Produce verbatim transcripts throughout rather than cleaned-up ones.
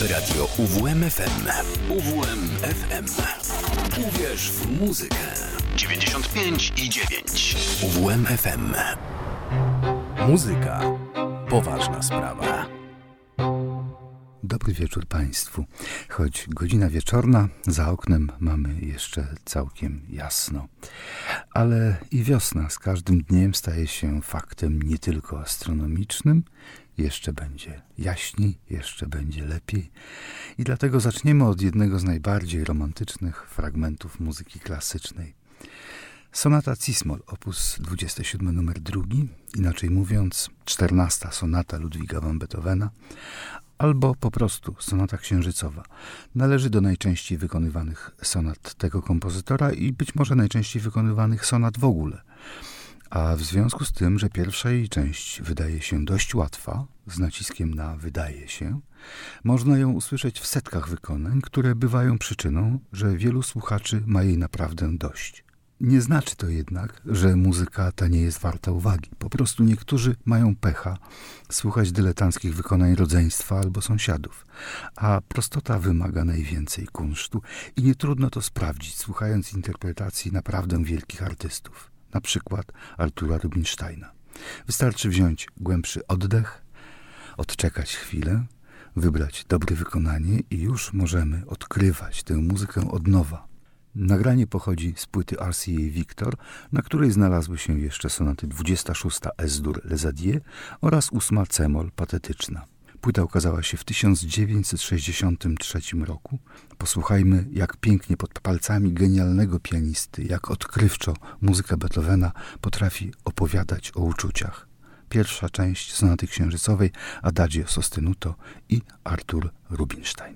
Radio U W M F M. U W M F M. Uwierz w muzykę. dziewięćdziesiąt pięć i dziewięć. U W M F M. Muzyka. Poważna sprawa. Dobry wieczór Państwu. Choć godzina wieczorna, za oknem mamy jeszcze całkiem jasno. Ale i wiosna z każdym dniem staje się faktem nie tylko astronomicznym. Jeszcze będzie jaśniej, jeszcze będzie lepiej. I dlatego zaczniemy od jednego z najbardziej romantycznych fragmentów muzyki klasycznej. Sonata Cis-moll, opus dwudziesty siódmy, numer drugi, inaczej mówiąc czternasta sonata Ludwiga van Beethovena, albo po prostu sonata księżycowa. Należy do najczęściej wykonywanych sonat tego kompozytora i być może najczęściej wykonywanych sonat w ogóle. A w związku z tym, że pierwsza jej część wydaje się dość łatwa, z naciskiem na wydaje się, można ją usłyszeć w setkach wykonań, które bywają przyczyną, że wielu słuchaczy ma jej naprawdę dość. Nie znaczy to jednak, że muzyka ta nie jest warta uwagi. Po prostu niektórzy mają pecha słuchać dyletanckich wykonań rodzeństwa albo sąsiadów, a prostota wymaga najwięcej kunsztu i nie trudno to sprawdzić, słuchając interpretacji naprawdę wielkich artystów, na przykład Artura Rubinsteina. Wystarczy wziąć głębszy oddech, odczekać chwilę, wybrać dobre wykonanie i już możemy odkrywać tę muzykę od nowa. Nagranie pochodzi z płyty R C A Victor, na której znalazły się jeszcze sonaty dwudziesta szósta Es-dur Les Adieux oraz ósma C-moll patetyczna. Płyta ukazała się w tysiąc dziewięćset sześćdziesiątym trzecim roku. Posłuchajmy, jak pięknie pod palcami genialnego pianisty, jak odkrywczo muzyka Beethovena potrafi opowiadać o uczuciach. Pierwsza część sonaty księżycowej Adagio sostenuto i Artur Rubinstein.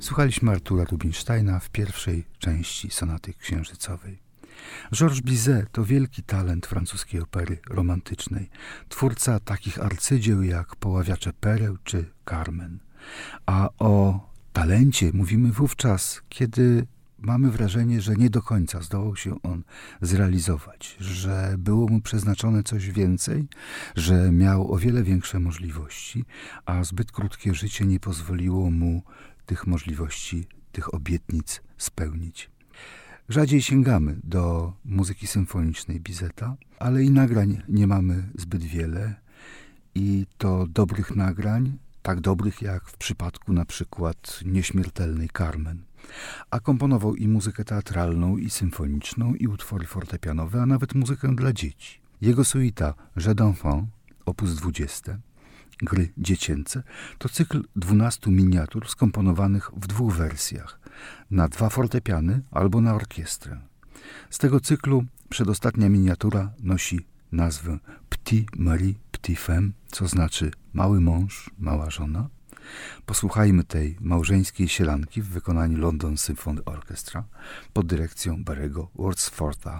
Słuchaliśmy Artura Rubinsteina w pierwszej części Sonaty Księżycowej. Georges Bizet to wielki talent francuskiej opery romantycznej, twórca takich arcydzieł jak Poławiacze Pereł czy Carmen. A o talencie mówimy wówczas, kiedy mamy wrażenie, że nie do końca zdołał się on zrealizować, że było mu przeznaczone coś więcej, że miał o wiele większe możliwości, a zbyt krótkie życie nie pozwoliło mu tych możliwości, tych obietnic spełnić. Rzadziej sięgamy do muzyki symfonicznej Bizeta, ale i nagrań nie mamy zbyt wiele i to dobrych nagrań, tak dobrych jak w przypadku na przykład nieśmiertelnej Carmen. A komponował i muzykę teatralną, i symfoniczną, i utwory fortepianowe, a nawet muzykę dla dzieci. Jego suita Jeux d'enfants, opus dwadzieścia, Gry dziecięce, to cykl dwunastu miniatur skomponowanych w dwóch wersjach, na dwa fortepiany albo na orkiestrę. Z tego cyklu przedostatnia miniatura nosi nazwę Petit Mari, Petit Femme, co znaczy mały mąż, mała żona. Posłuchajmy tej małżeńskiej sielanki w wykonaniu London Symphony Orchestra pod dyrekcją Barry'ego Wordswortha.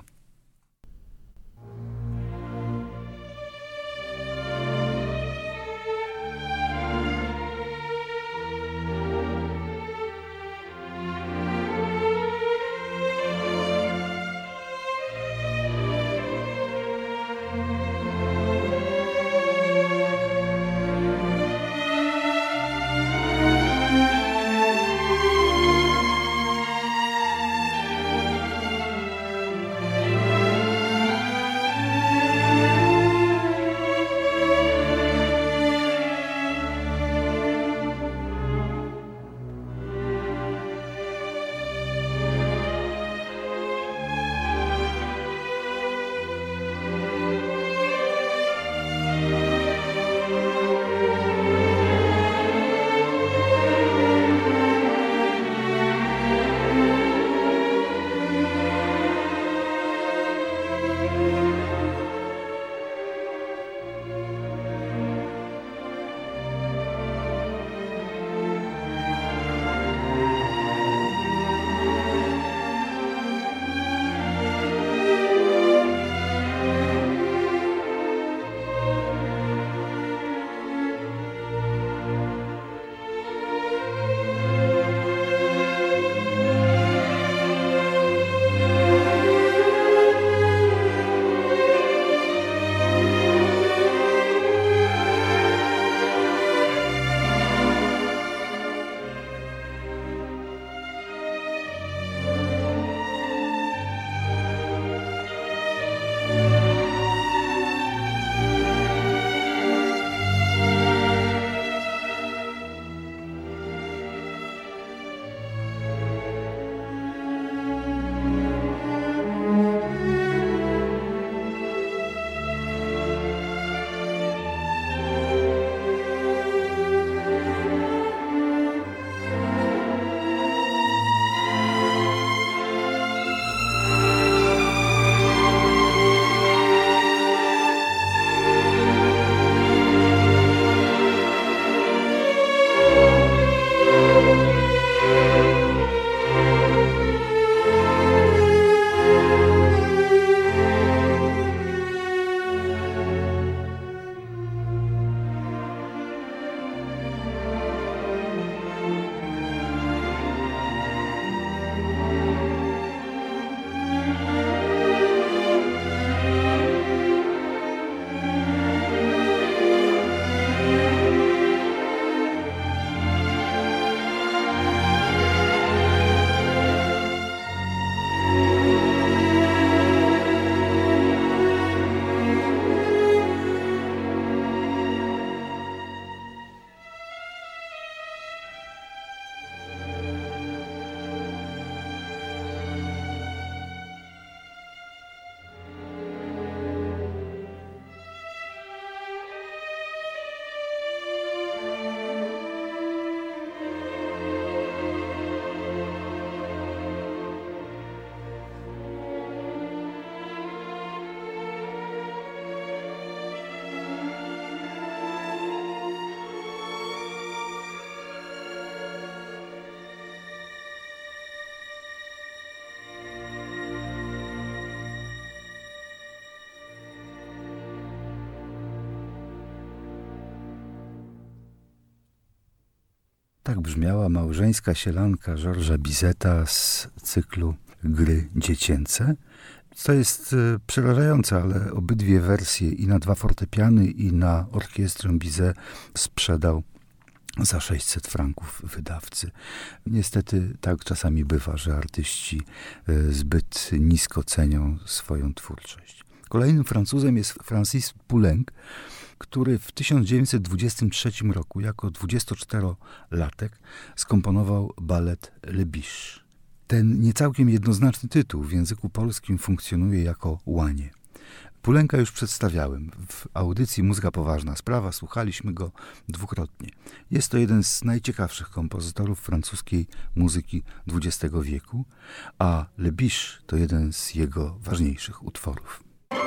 Tak brzmiała małżeńska sielanka Georgesa Bizeta z cyklu Gry dziecięce. To jest przerażające, ale obydwie wersje i na dwa fortepiany, i na orkiestrę Bizet sprzedał za sześćset franków wydawcy. Niestety tak czasami bywa, że artyści zbyt nisko cenią swoją twórczość. Kolejnym Francuzem jest Francis Poulenc, który w tysiąc dziewięćset dwudziestym trzecim roku jako dwudziestoczterolatek skomponował balet Le Biche. Ten niecałkiem jednoznaczny tytuł w języku polskim funkcjonuje jako łanie. Poulenca już przedstawiałem. W audycji Muzyka Poważna Sprawa słuchaliśmy go dwukrotnie. Jest to jeden z najciekawszych kompozytorów francuskiej muzyki dwudziestego wieku, a Le Biche to jeden z jego ważniejszych utworów.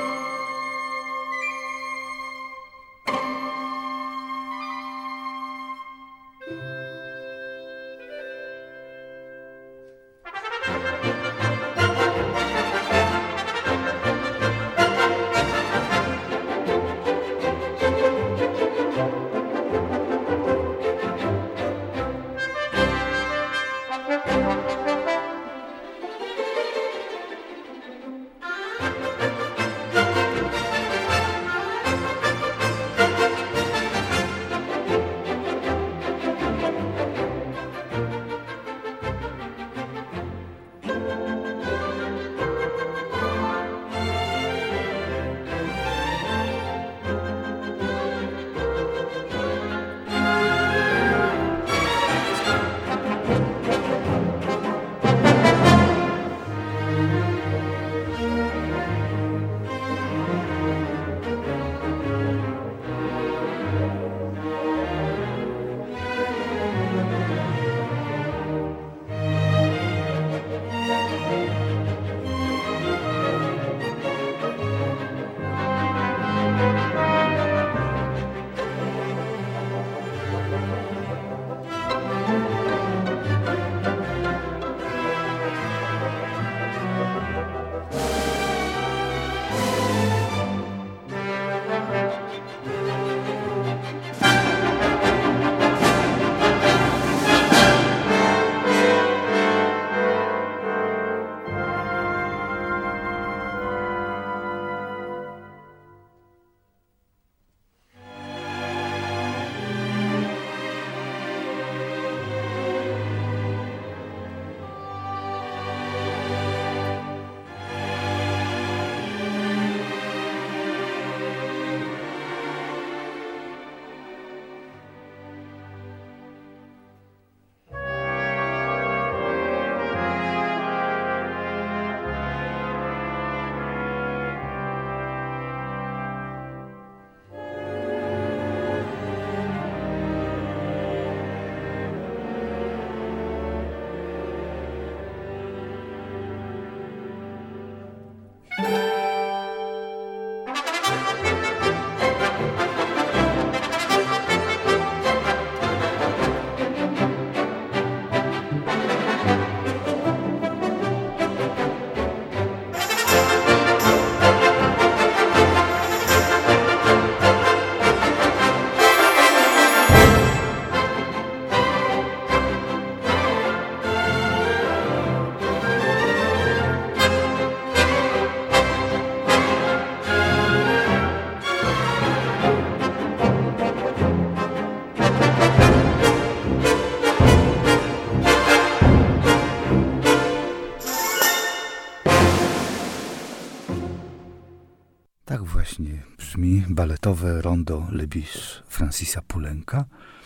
Tak właśnie brzmi baletowe rondo Le Biche Francisa Poulenca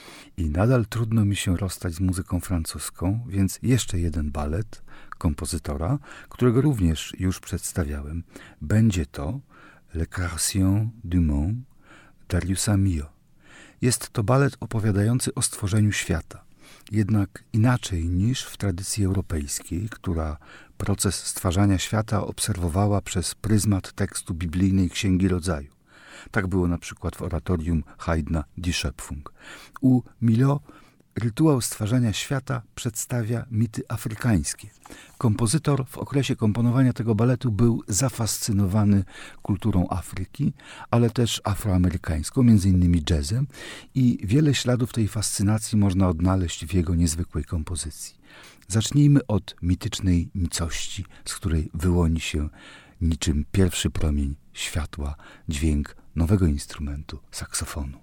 i nadal trudno mi się rozstać z muzyką francuską, więc jeszcze jeden balet kompozytora, którego również już przedstawiałem. Będzie to Le Création du Monde Dariusa Milhaud. Jest to balet opowiadający o stworzeniu świata, jednak inaczej niż w tradycji europejskiej, która proces stwarzania świata obserwowała przez pryzmat tekstu biblijnej Księgi Rodzaju. Tak było na przykład w oratorium Haydna Die Schöpfung. U Milhaud rytuał stwarzania świata przedstawia mity afrykańskie. Kompozytor w okresie komponowania tego baletu był zafascynowany kulturą Afryki, ale też afroamerykańską, między innymi jazzem, i wiele śladów tej fascynacji można odnaleźć w jego niezwykłej kompozycji. Zacznijmy od mitycznej nicości, z której wyłoni się niczym pierwszy promień światła dźwięk nowego instrumentu, saksofonu.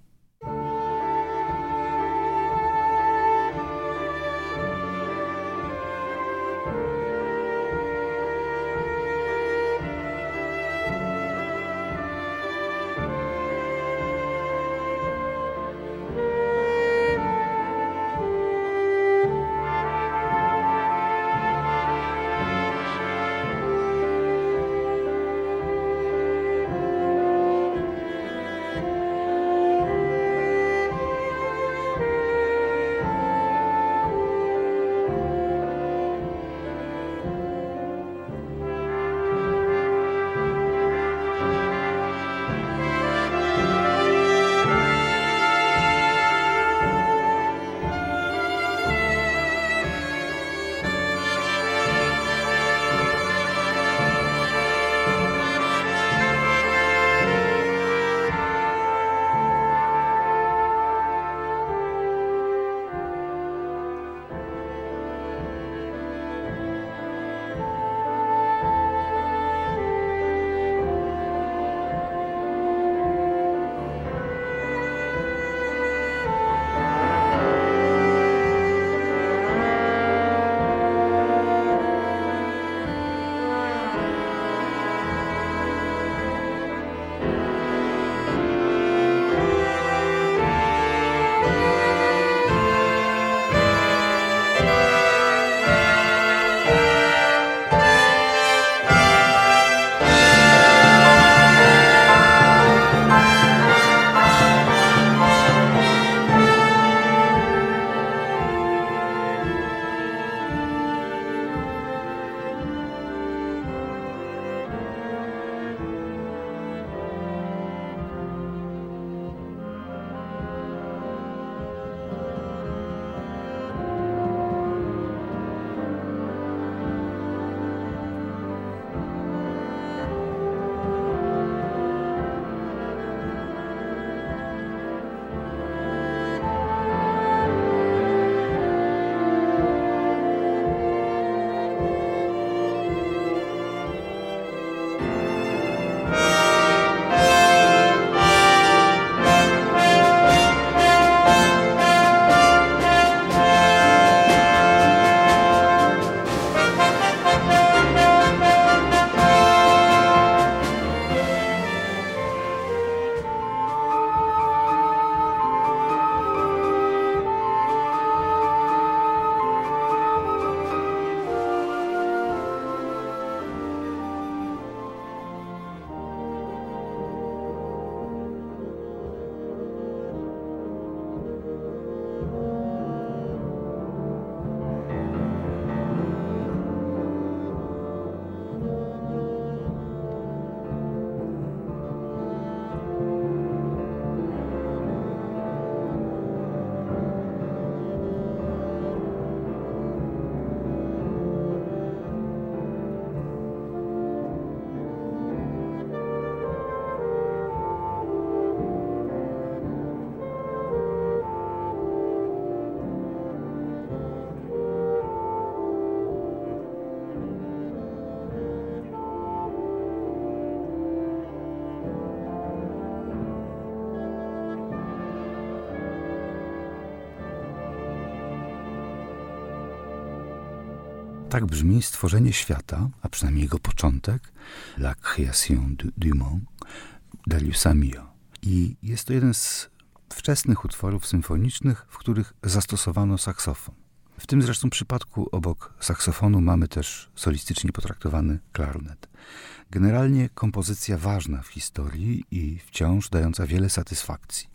Tak brzmi stworzenie świata, a przynajmniej jego początek, La création du, du monde, Dariusa Milhaud. I jest to jeden z wczesnych utworów symfonicznych, w których zastosowano saksofon. W tym zresztą przypadku obok saksofonu mamy też solistycznie potraktowany klarnet. Generalnie kompozycja ważna w historii i wciąż dająca wiele satysfakcji.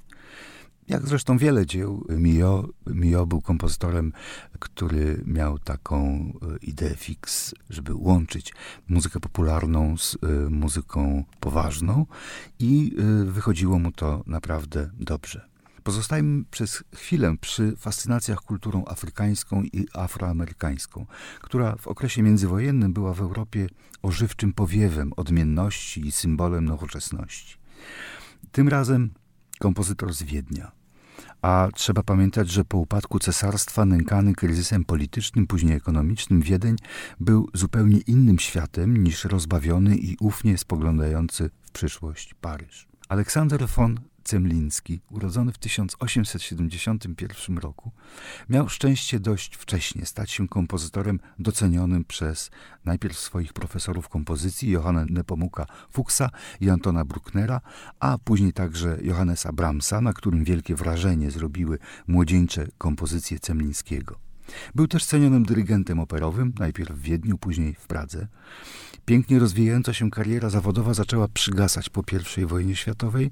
Jak zresztą wiele dzieł, Milhaud, Milhaud był kompozytorem, który miał taką ideę fix, żeby łączyć muzykę popularną z muzyką poważną i wychodziło mu to naprawdę dobrze. Pozostajmy przez chwilę przy fascynacjach kulturą afrykańską i afroamerykańską, która w okresie międzywojennym była w Europie ożywczym powiewem odmienności i symbolem nowoczesności. Tym razem kompozytor z Wiednia. A trzeba pamiętać, że po upadku cesarstwa, nękany kryzysem politycznym, później ekonomicznym, Wiedeń był zupełnie innym światem niż rozbawiony i ufnie spoglądający w przyszłość Paryż. Aleksander von Zemliński, urodzony w tysiąc osiemset siedemdziesiątym pierwszym roku, miał szczęście dość wcześnie stać się kompozytorem docenionym przez najpierw swoich profesorów kompozycji Johanna Nepomuka Fuchsa i Antona Brucknera, a później także Johannesa Brahmsa, na którym wielkie wrażenie zrobiły młodzieńcze kompozycje Zemlińskiego. Był też cenionym dyrygentem operowym, najpierw w Wiedniu, później w Pradze. Pięknie rozwijająca się kariera zawodowa zaczęła przygasać po pierwszej wojnie światowej,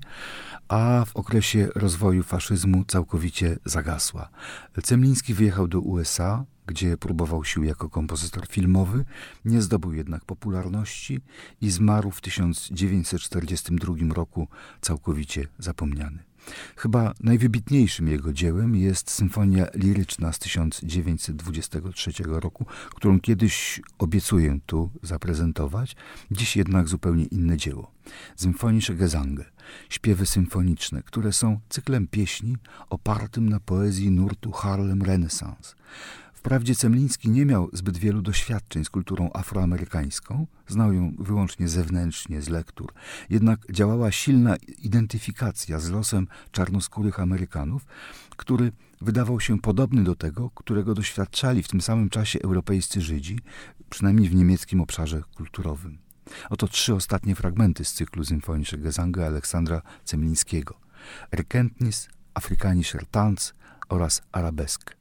a w okresie rozwoju faszyzmu całkowicie zagasła. Zemliński wyjechał do U S A, gdzie próbował sił jako kompozytor filmowy, nie zdobył jednak popularności i zmarł w tysiąc dziewięćset czterdziestym drugim roku całkowicie zapomniany. Chyba najwybitniejszym jego dziełem jest symfonia liryczna z tysiąc dziewięćset dwudziestego trzeciego roku, którą kiedyś obiecuję tu zaprezentować, dziś jednak zupełnie inne dzieło. Symfonische Gesange, śpiewy symfoniczne, które są cyklem pieśni opartym na poezji nurtu Harlem Renaissance. Wprawdzie Zemliński nie miał zbyt wielu doświadczeń z kulturą afroamerykańską, znał ją wyłącznie zewnętrznie z lektur, jednak działała silna identyfikacja z losem czarnoskórych Amerykanów, który wydawał się podobny do tego, którego doświadczali w tym samym czasie europejscy Żydzi, przynajmniej w niemieckim obszarze kulturowym. Oto trzy ostatnie fragmenty z cyklu Symfonische Gesange Aleksandra Zemlińskiego: Erkenntnis, Afrikanischer Tanz oraz Arabesk.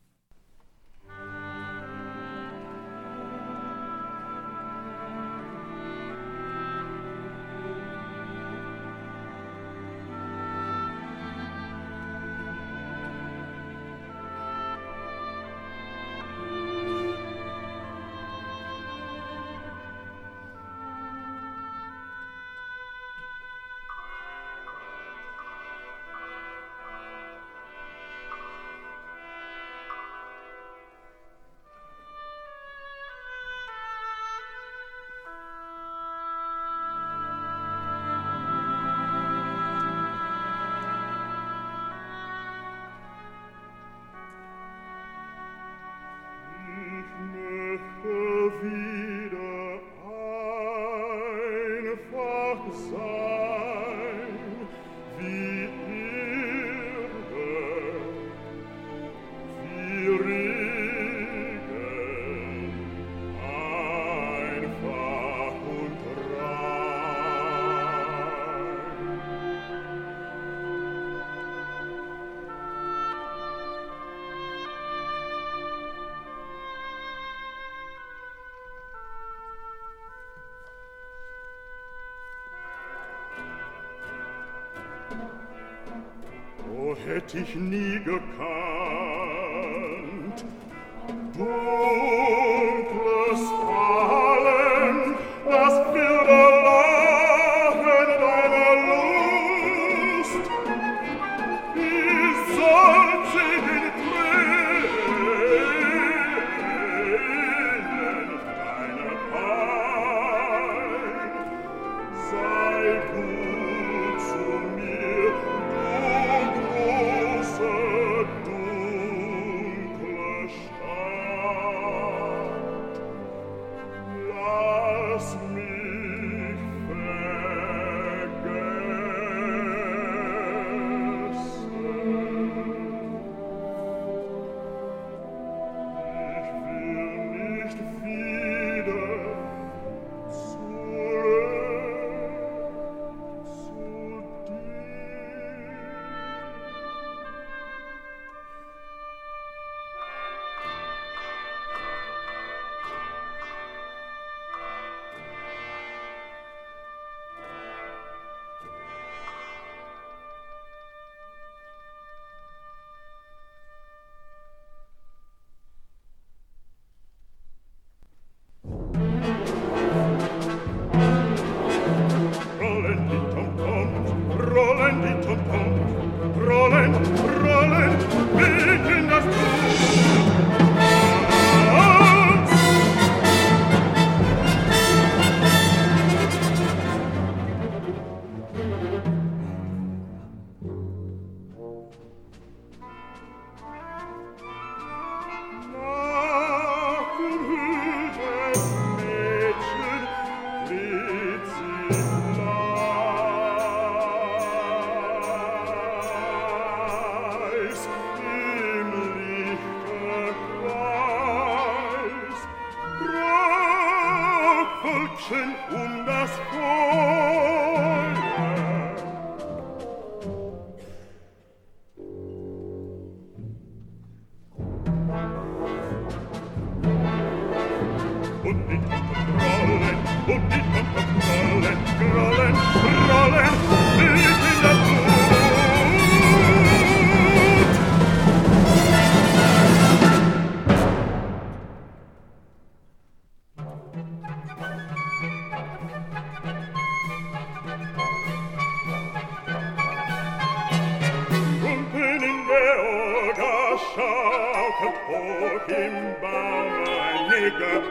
Hätt ich nie gekannt, dunkles Fallen, das wilde Lachen deiner Lust, wie salzigen Tränen deiner Pein, sei gut zu mir, dunkle Stadt. hoch im Baum ein Neger.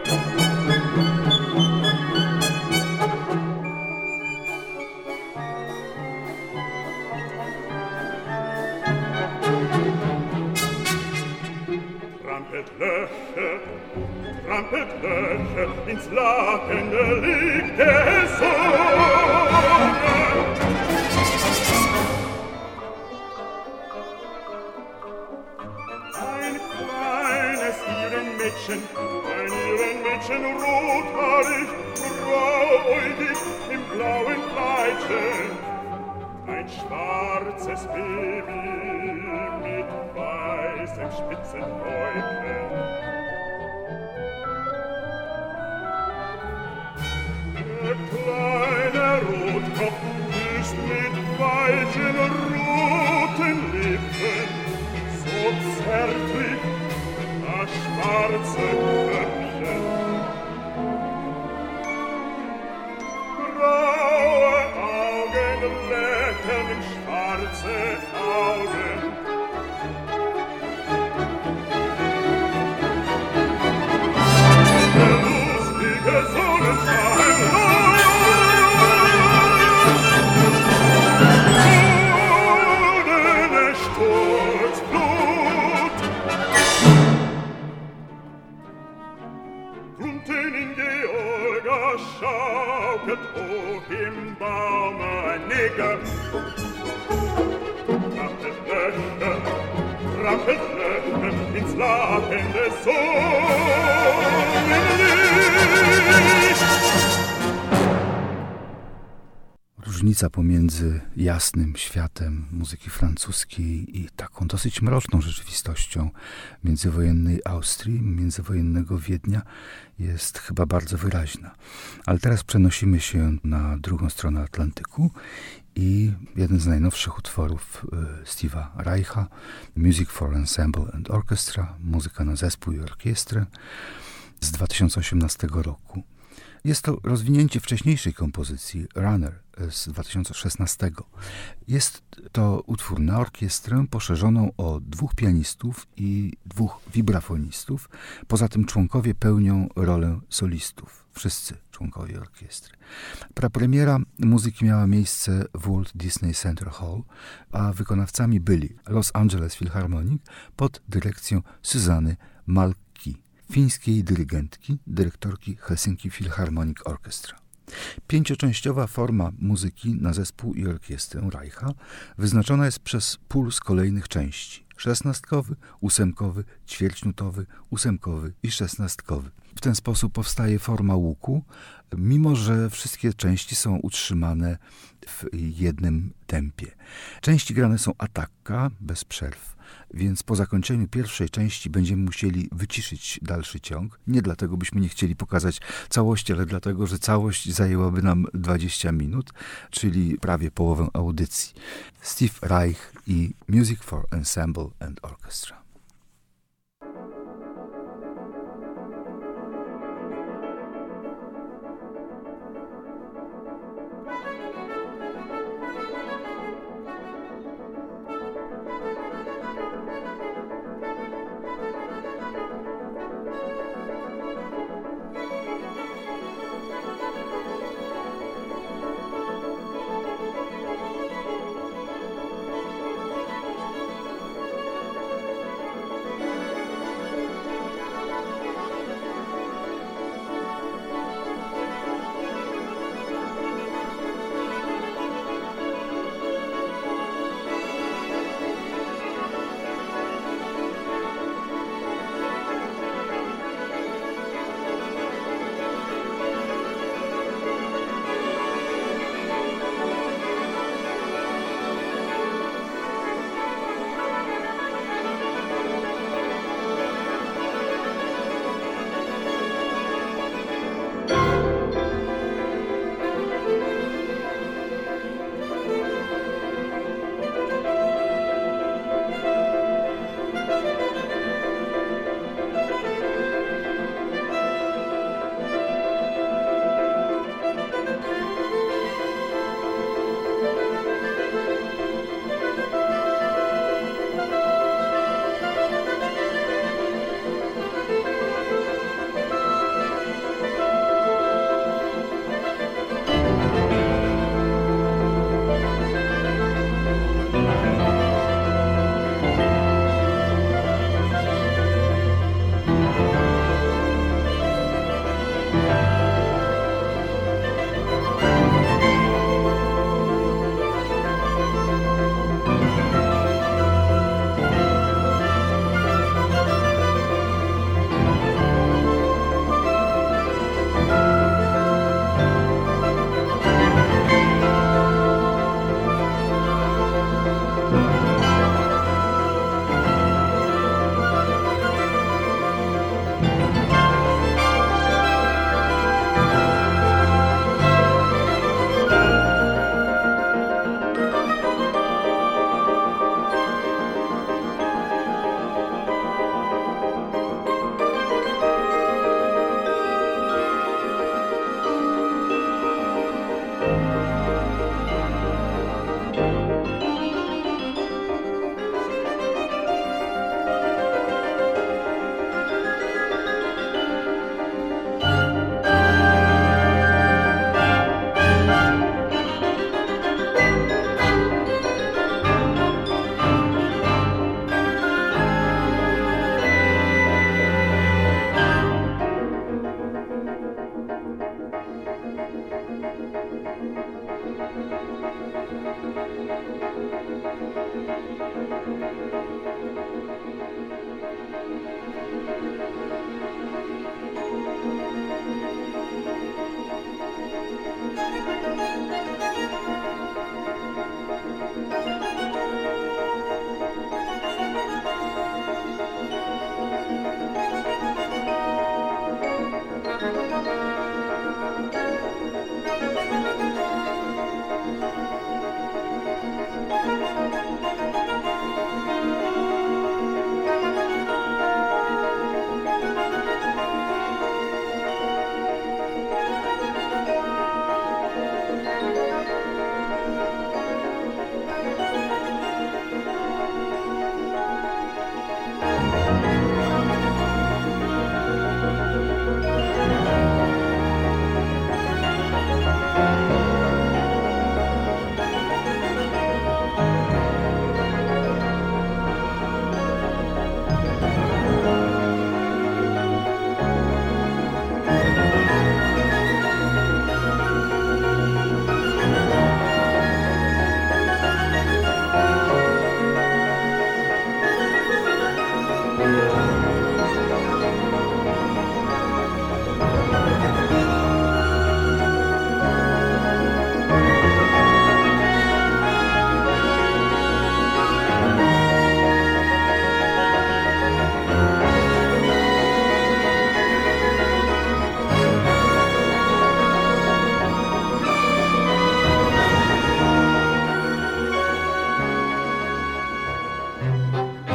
Trampelt Löcher, trampelt Löcher, ins Laken liegt der Sohn. Ein kleines Mädchen, ein ihren Mädchen rothaarig, grauäugig im blauen Kleidchen, ein schwarzes Baby mit weißem spitzen Häubchen. Der kleine Rotkopf ist mit weichen roten Lippen so zärtlich, das schwarze Köpfchen. Graue Augen lächeln, schwarze Augen. Der lustige Sonnenschein, goldene Sturzblut. Drunten in Georga schaukelt hoch im Baum ein Neger. Trampelt Löcher, trampelt Löcher ins Laken des Sonnenlicht. Różnica pomiędzy jasnym światem muzyki francuskiej i taką dosyć mroczną rzeczywistością międzywojennej Austrii, międzywojennego Wiednia jest chyba bardzo wyraźna. Ale teraz przenosimy się na drugą stronę Atlantyku i jeden z najnowszych utworów Steve'a Reicha, Music for Ensemble and Orchestra, muzyka na zespół i orkiestrę z dwa tysiące osiemnastego roku. Jest to rozwinięcie wcześniejszej kompozycji Runner z dwa tysiące szesnastego. Jest to utwór na orkiestrę poszerzoną o dwóch pianistów i dwóch wibrafonistów. Poza tym członkowie pełnią rolę solistów. Wszyscy członkowie orkiestry. Prapremiera muzyki miała miejsce w Walt Disney Center Hall, a wykonawcami byli Los Angeles Philharmonic pod dyrekcją Susanny Malki, fińskiej dyrygentki, dyrektorki Helsinki Philharmonic Orchestra. Pięcioczęściowa forma muzyki na zespół i orkiestrę Reicha wyznaczona jest przez puls kolejnych części. Szesnastkowy, ósemkowy, ćwierćnutowy, ósemkowy i szesnastkowy. W ten sposób powstaje forma łuku, mimo że wszystkie części są utrzymane w jednym tempie. Części grane są attacca, bez przerw, więc po zakończeniu pierwszej części będziemy musieli wyciszyć dalszy ciąg. Nie dlatego, byśmy nie chcieli pokazać całości, ale dlatego, że całość zajęłaby nam dwadzieścia minut, czyli prawie połowę audycji. Steve Reich i Music for Ensemble and Orchestra.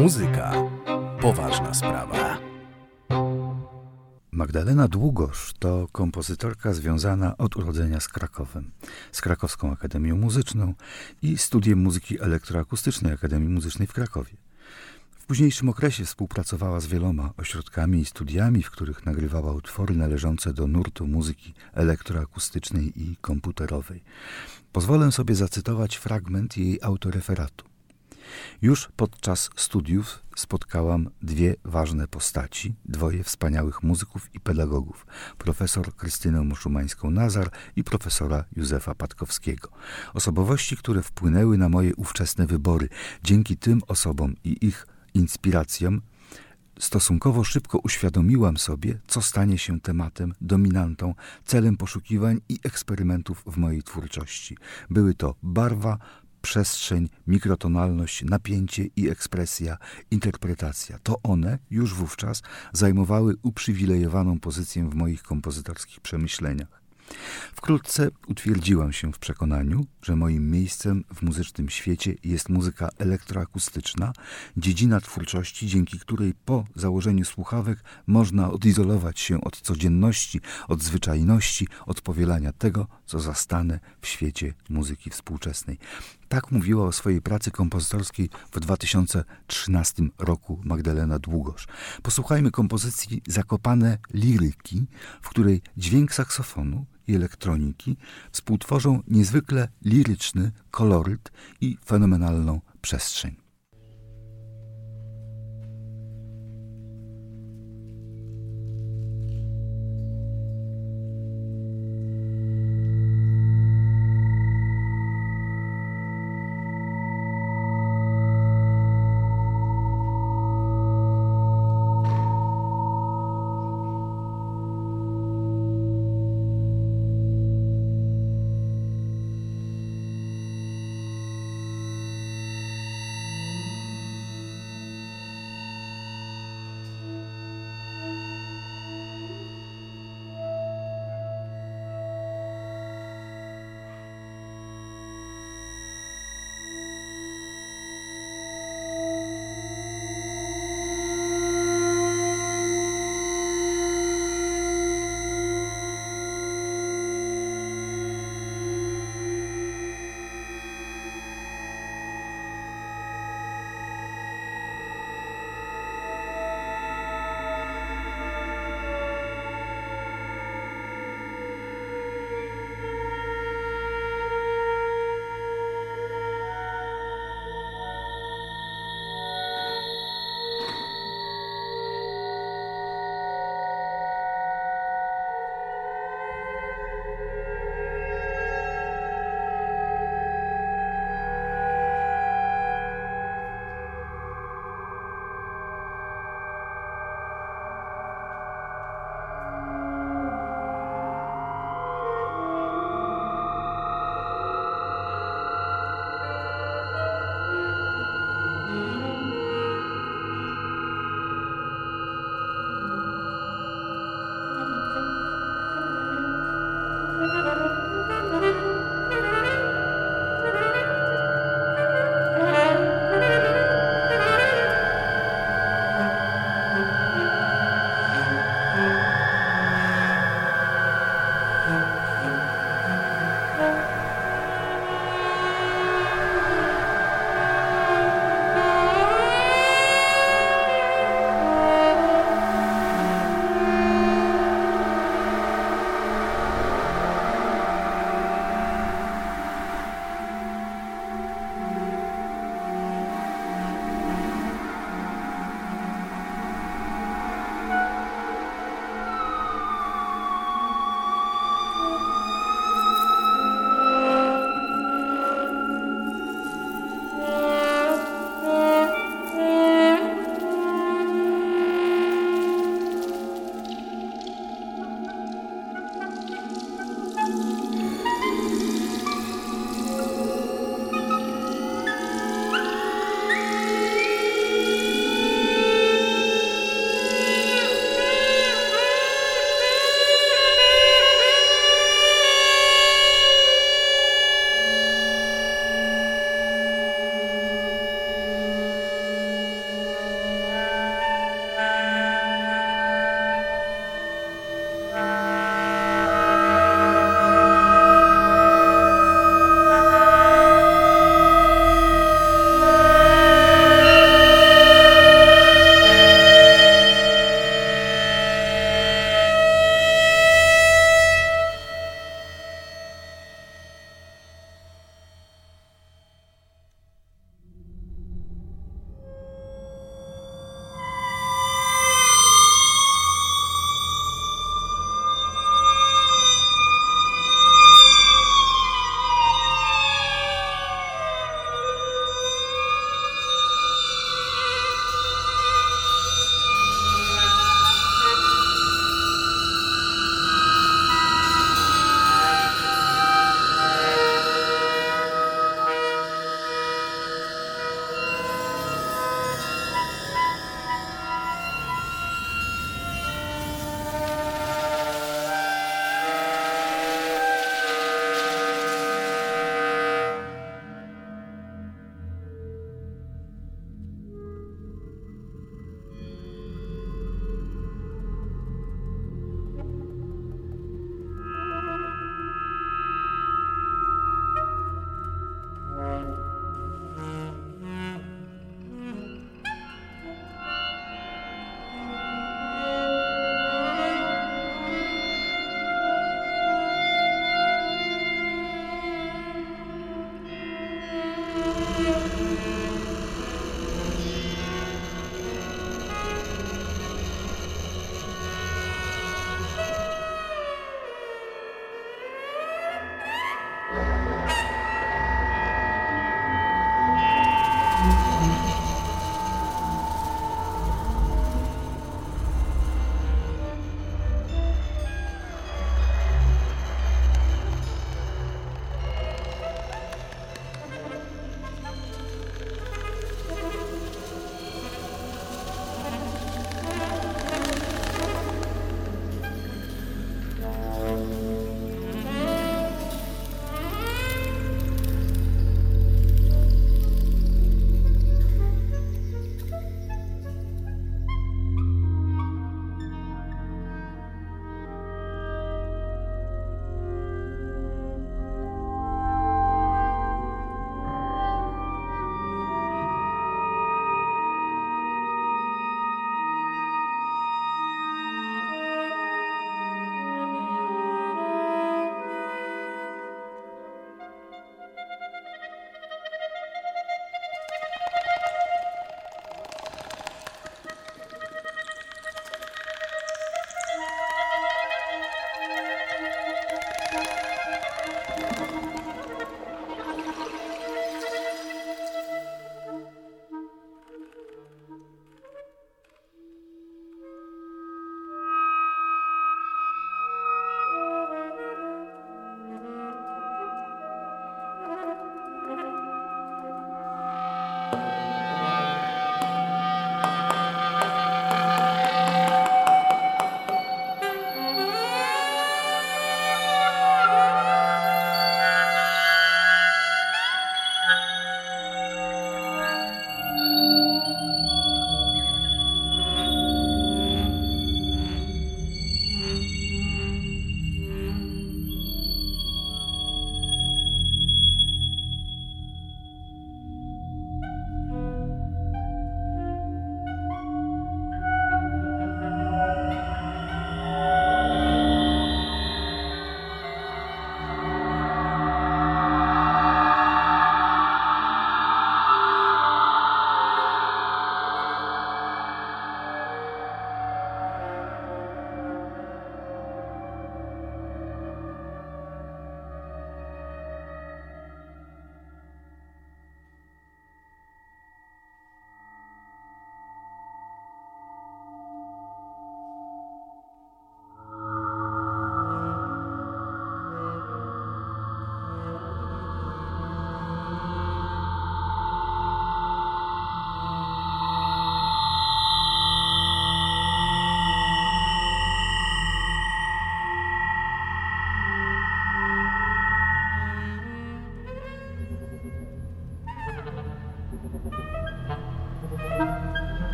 Muzyka. Poważna sprawa. Magdalena Długosz to kompozytorka związana od urodzenia z Krakowem, z Krakowską Akademią Muzyczną i Studiem Muzyki Elektroakustycznej Akademii Muzycznej w Krakowie. W późniejszym okresie współpracowała z wieloma ośrodkami i studiami, w których nagrywała utwory należące do nurtu muzyki elektroakustycznej i komputerowej. Pozwolę sobie zacytować fragment jej autoreferatu. Już podczas studiów spotkałam dwie ważne postaci, dwoje wspaniałych muzyków i pedagogów, profesor Krystynę Muszumańską-Nazar i profesora Józefa Patkowskiego. Osobowości, które wpłynęły na moje ówczesne wybory. Dzięki tym osobom i ich inspiracjom stosunkowo szybko uświadomiłam sobie, co stanie się tematem, dominantą, celem poszukiwań i eksperymentów w mojej twórczości. Były to barwa, przestrzeń, mikrotonalność, napięcie i ekspresja, interpretacja. To one już wówczas zajmowały uprzywilejowaną pozycję w moich kompozytorskich przemyśleniach. Wkrótce utwierdziłam się w przekonaniu, że moim miejscem w muzycznym świecie jest muzyka elektroakustyczna, dziedzina twórczości, dzięki której po założeniu słuchawek można odizolować się od codzienności, od zwyczajności, od powielania tego, co zastane w świecie muzyki współczesnej. Tak mówiła o swojej pracy kompozytorskiej w dwa tysiące trzynastym roku Magdalena Długosz. Posłuchajmy kompozycji Zakopane liryki, w której dźwięk saksofonu i elektroniki współtworzą niezwykle liryczny koloryt i fenomenalną przestrzeń.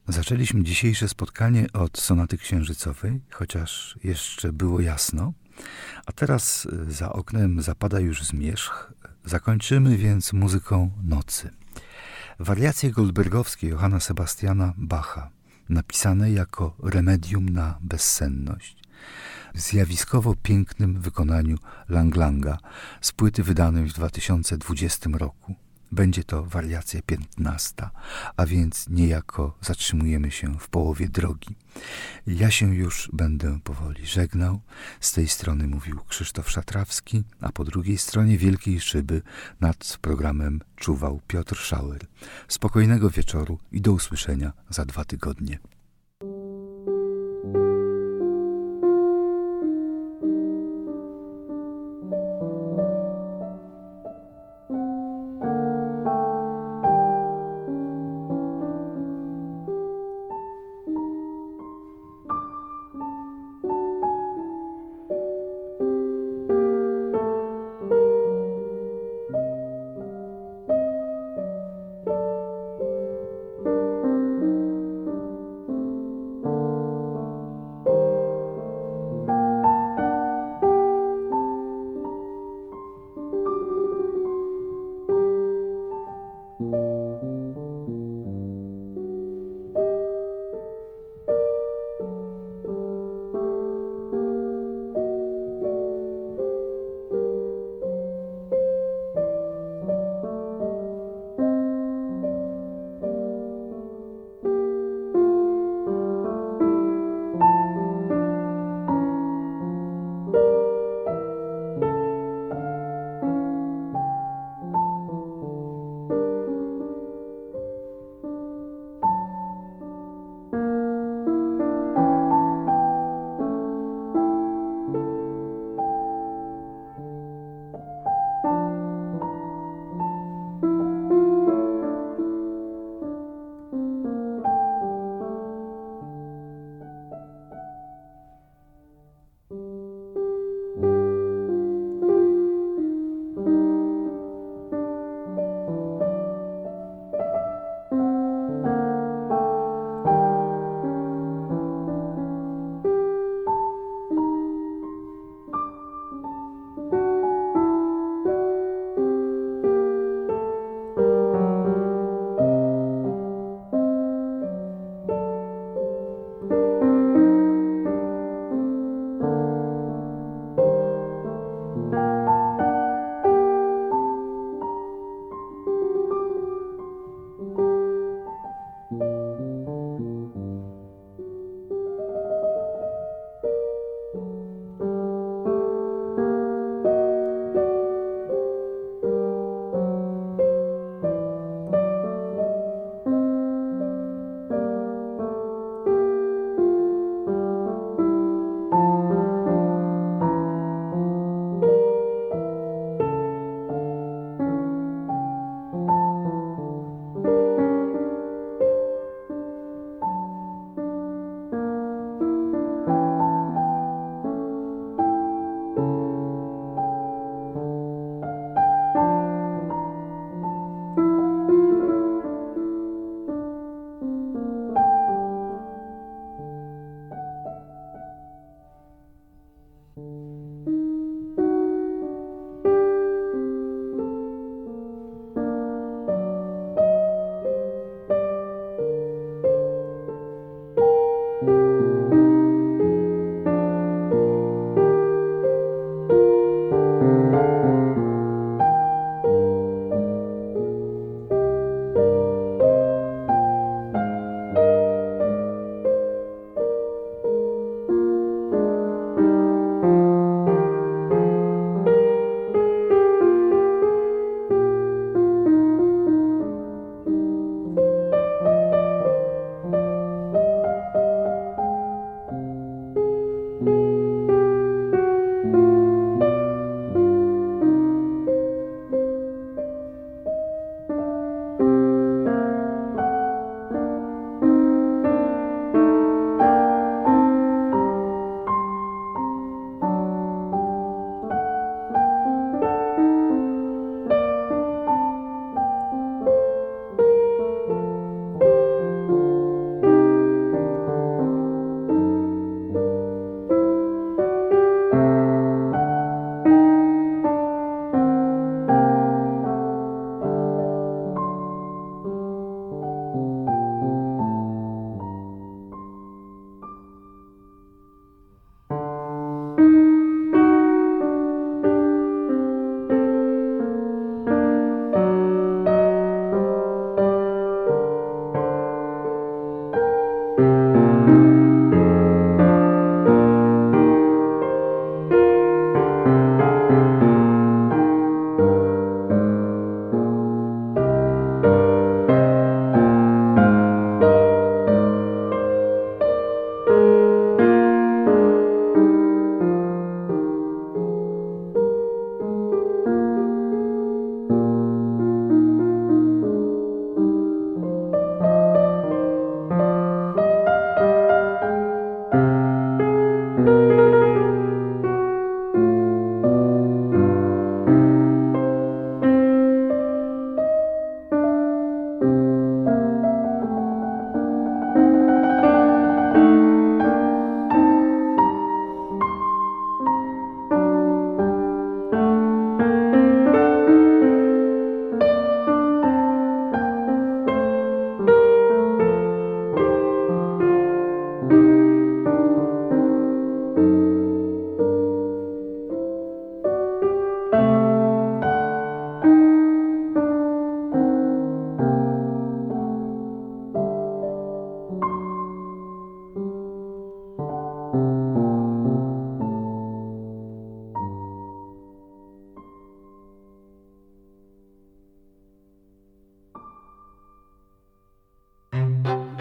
Zaczęliśmy dzisiejsze spotkanie od sonaty księżycowej, chociaż jeszcze było jasno, a teraz za oknem zapada już zmierzch. Zakończymy więc muzyką nocy. Wariacje goldbergowskie Johanna Sebastiana Bacha, napisane jako remedium na bezsenność, w zjawiskowo pięknym wykonaniu Lang Langa z płyty wydanej w dwa tysiące dwudziestym roku. Będzie to wariacja piętnasta, a więc niejako zatrzymujemy się w połowie drogi. Ja się już będę powoli żegnał. Z tej strony mówił Krzysztof Szatrawski, a po drugiej stronie wielkiej szyby nad programem czuwał Piotr Schauer. Spokojnego wieczoru i do usłyszenia za dwa tygodnie.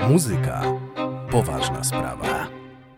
Muzyka. Poważna sprawa.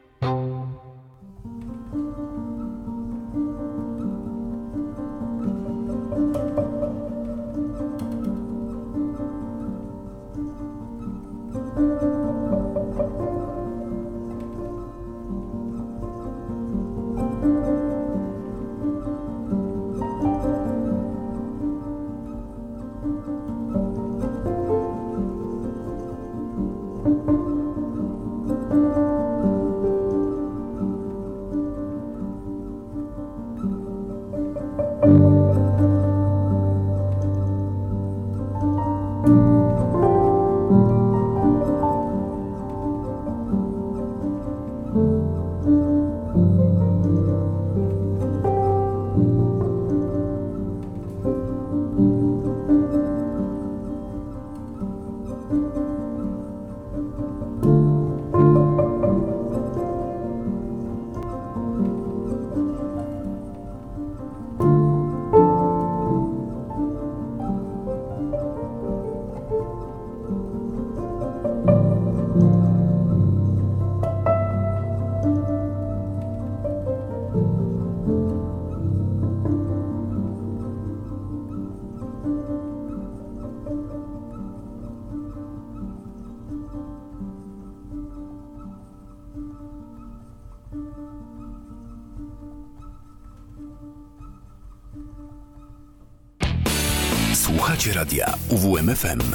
Słuchacie radia U W M F M.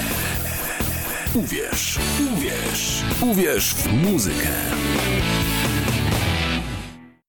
Uwierz, uwierz, uwierz w muzykę.